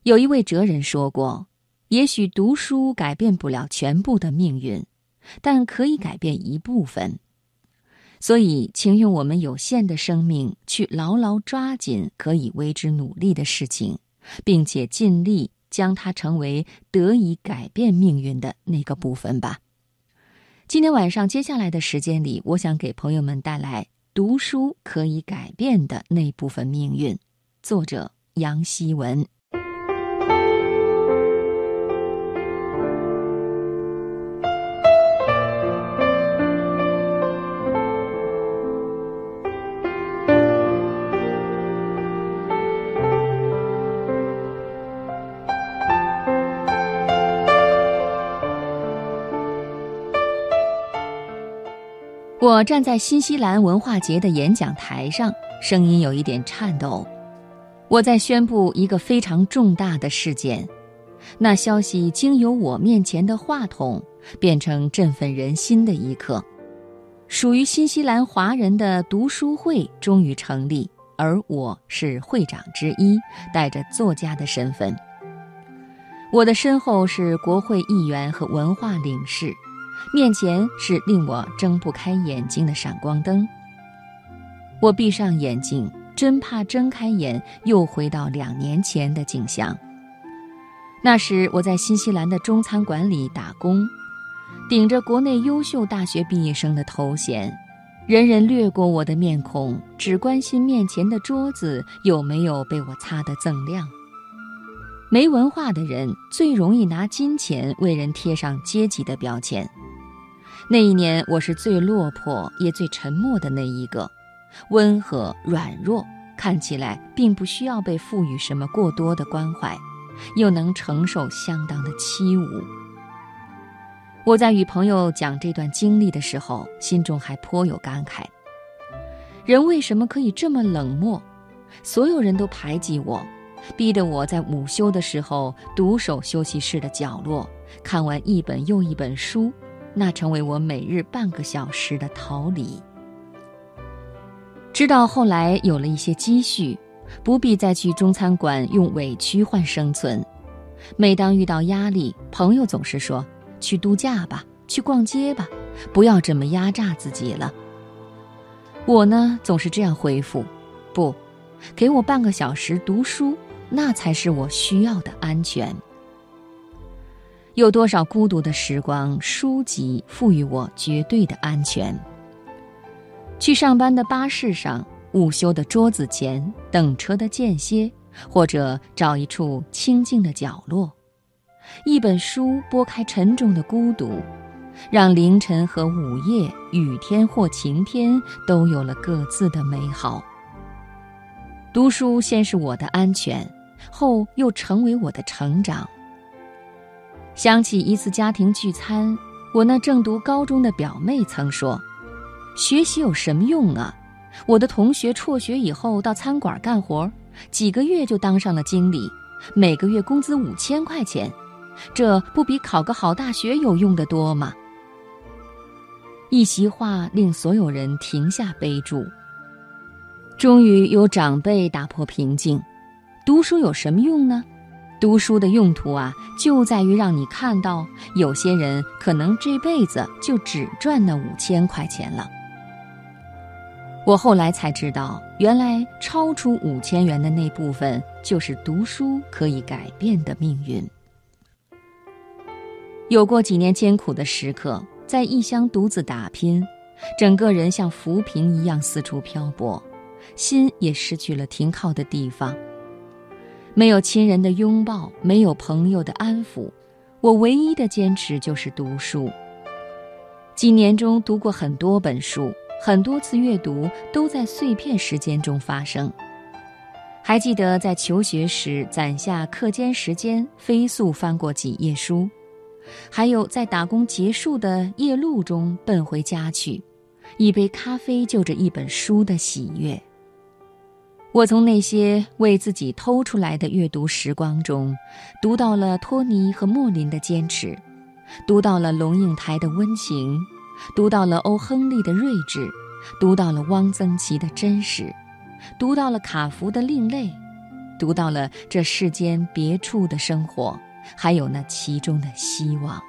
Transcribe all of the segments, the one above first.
有一位哲人说过，也许读书改变不了全部的命运，但可以改变一部分。所以，请用我们有限的生命去牢牢抓紧可以为之努力的事情，并且尽力将它成为得以改变命运的那个部分吧。今天晚上接下来的时间里，我想给朋友们带来读书可以改变的那部分命运。作者杨希文。我站在新西兰文化节的演讲台上，声音有一点颤抖。我在宣布一个非常重大的事件，那消息经由我面前的话筒变成振奋人心的一刻。属于新西兰华人的读书会终于成立，而我是会长之一，带着作家的身份。我的身后是国会议员和文化领事，面前是令我睁不开眼睛的闪光灯。我闭上眼睛，真怕睁开眼又回到2年前的景象。那时我在新西兰的中餐馆里打工，顶着国内优秀大学毕业生的头衔，人人掠过我的面孔，只关心面前的桌子有没有被我擦得锃亮。没文化的人最容易拿金钱为人贴上阶级的标签。那一年我是最落魄也最沉默的那一个，温和软弱，看起来并不需要被赋予什么过多的关怀，又能承受相当的欺侮。我在与朋友讲这段经历的时候，心中还颇有感慨。人为什么可以这么冷漠？所有人都排挤我，逼得我在午休的时候独守休息室的角落，看完一本又一本书，那成为我每日半个小时的逃离。直到后来有了一些积蓄，不必再去中餐馆用委屈换生存。每当遇到压力，朋友总是说，去度假吧，去逛街吧，不要这么压榨自己了。我呢，总是这样回复，不，给我半个小时读书，那才是我需要的安全。有多少孤独的时光，书籍赋予我绝对的安全。去上班的巴士上，午休的桌子前，等车的间歇，或者找一处清静的角落，一本书拨开沉重的孤独，让凌晨和午夜，雨天或晴天，都有了各自的美好。读书先是我的安全，后又成为我的成长。想起一次家庭聚餐，我那正读高中的表妹曾说，学习有什么用啊？我的同学辍学以后到餐馆干活，几个月就当上了经理，每个月工资5000块钱，这不比考个好大学有用的多吗？一席话令所有人停下悲注。终于有长辈打破平静，读书有什么用呢？读书的用途啊，就在于让你看到，有些人可能这辈子就只赚那5000块钱了。我后来才知道，原来超出5000元的那部分，就是读书可以改变的命运。有过几年艰苦的时刻，在异乡独自打拼，整个人像浮萍一样四处漂泊，心也失去了停靠的地方。没有亲人的拥抱，没有朋友的安抚，我唯一的坚持就是读书。几年中读过很多本书，很多次阅读都在碎片时间中发生。还记得在求学时攒下课间时间飞速翻过几页书，还有在打工结束的夜路中奔回家去，一杯咖啡就着一本书的喜悦。我从那些为自己偷出来的阅读时光中，读到了托尼和莫林的坚持，读到了龙应台的温情，读到了欧亨利的睿智，读到了汪曾祺的真实，读到了卡福的另类， 读到了这世间别处的生活，还有那其中的希望。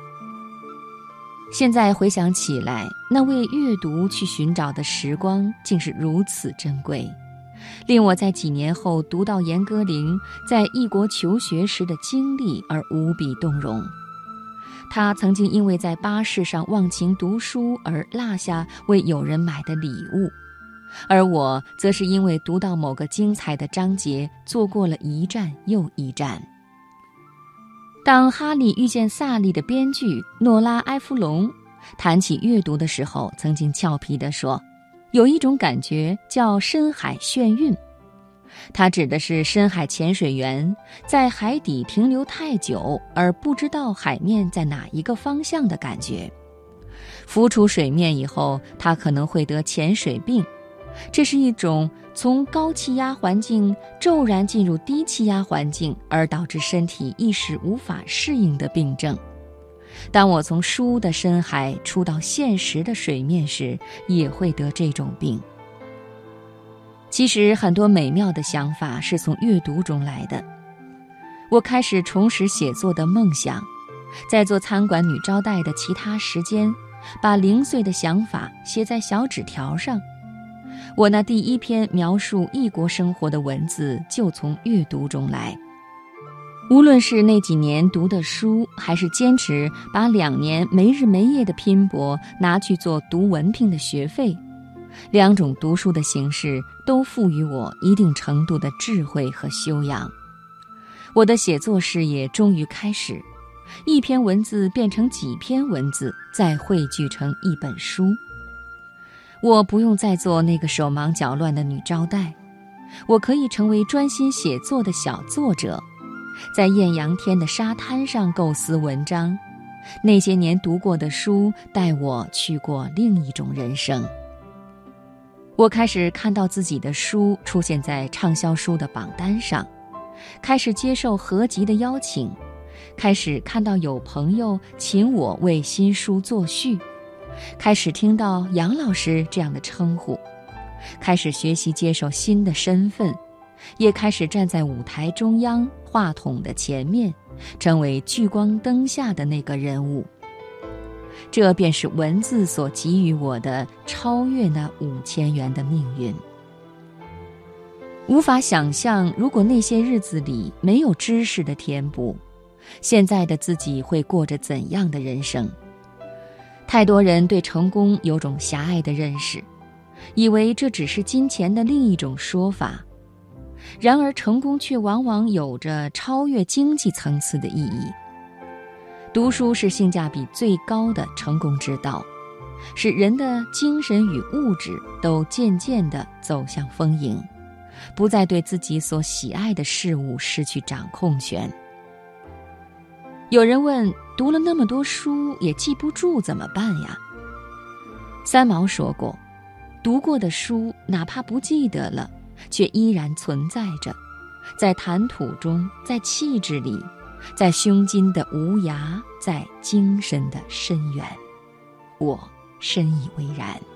现在回想起来，那为阅读去寻找的时光竟是如此珍贵，令我在几年后读到严歌苓在异国求学时的经历而无比动容。他曾经因为在巴士上忘情读书而落下为友人买的礼物，而我则是因为读到某个精彩的章节，坐过了一站又一站。当哈利遇见萨利的编剧诺拉·埃夫隆谈起阅读的时候，曾经俏皮地说，有一种感觉叫深海眩晕。他指的是深海潜水员在海底停留太久而不知道海面在哪一个方向的感觉。浮出水面以后，他可能会得潜水病，这是一种从高气压环境骤然进入低气压环境而导致身体一时无法适应的病症。当我从书的深海出到现实的水面时，也会得这种病。其实很多美妙的想法是从阅读中来的。我开始重拾写作的梦想，在做餐馆女招待的其他时间，把零碎的想法写在小纸条上。我那第一篇描述异国生活的文字就从阅读中来。无论是那几年读的书，还是坚持把2年没日没夜的拼搏拿去做读文凭的学费，两种读书的形式都赋予我一定程度的智慧和修养。我的写作事业终于开始，一篇文字变成几篇文字，再汇聚成一本书。我不用再做那个手忙脚乱的女招待，我可以成为专心写作的小作者，在艳阳天的沙滩上构思文章。那些年读过的书带我去过另一种人生。我开始看到自己的书出现在畅销书的榜单上，开始接受合集的邀请，开始看到有朋友请我为新书作序，开始听到杨老师这样的称呼，开始学习接受新的身份，也开始站在舞台中央话筒的前面，成为聚光灯下的那个人物。这便是文字所给予我的超越那5000元的命运。无法想象，如果那些日子里没有知识的填补，现在的自己会过着怎样的人生。太多人对成功有种狭隘的认识，以为这只是金钱的另一种说法。然而成功却往往有着超越经济层次的意义。读书是性价比最高的成功之道，使人的精神与物质都渐渐地走向丰盈，不再对自己所喜爱的事物失去掌控权。有人问，读了那么多书也记不住怎么办呀？三毛说过，读过的书哪怕不记得了，却依然存在着，在谈吐中，在气质里，在胸襟的无涯，在精神的深远。我深以为然。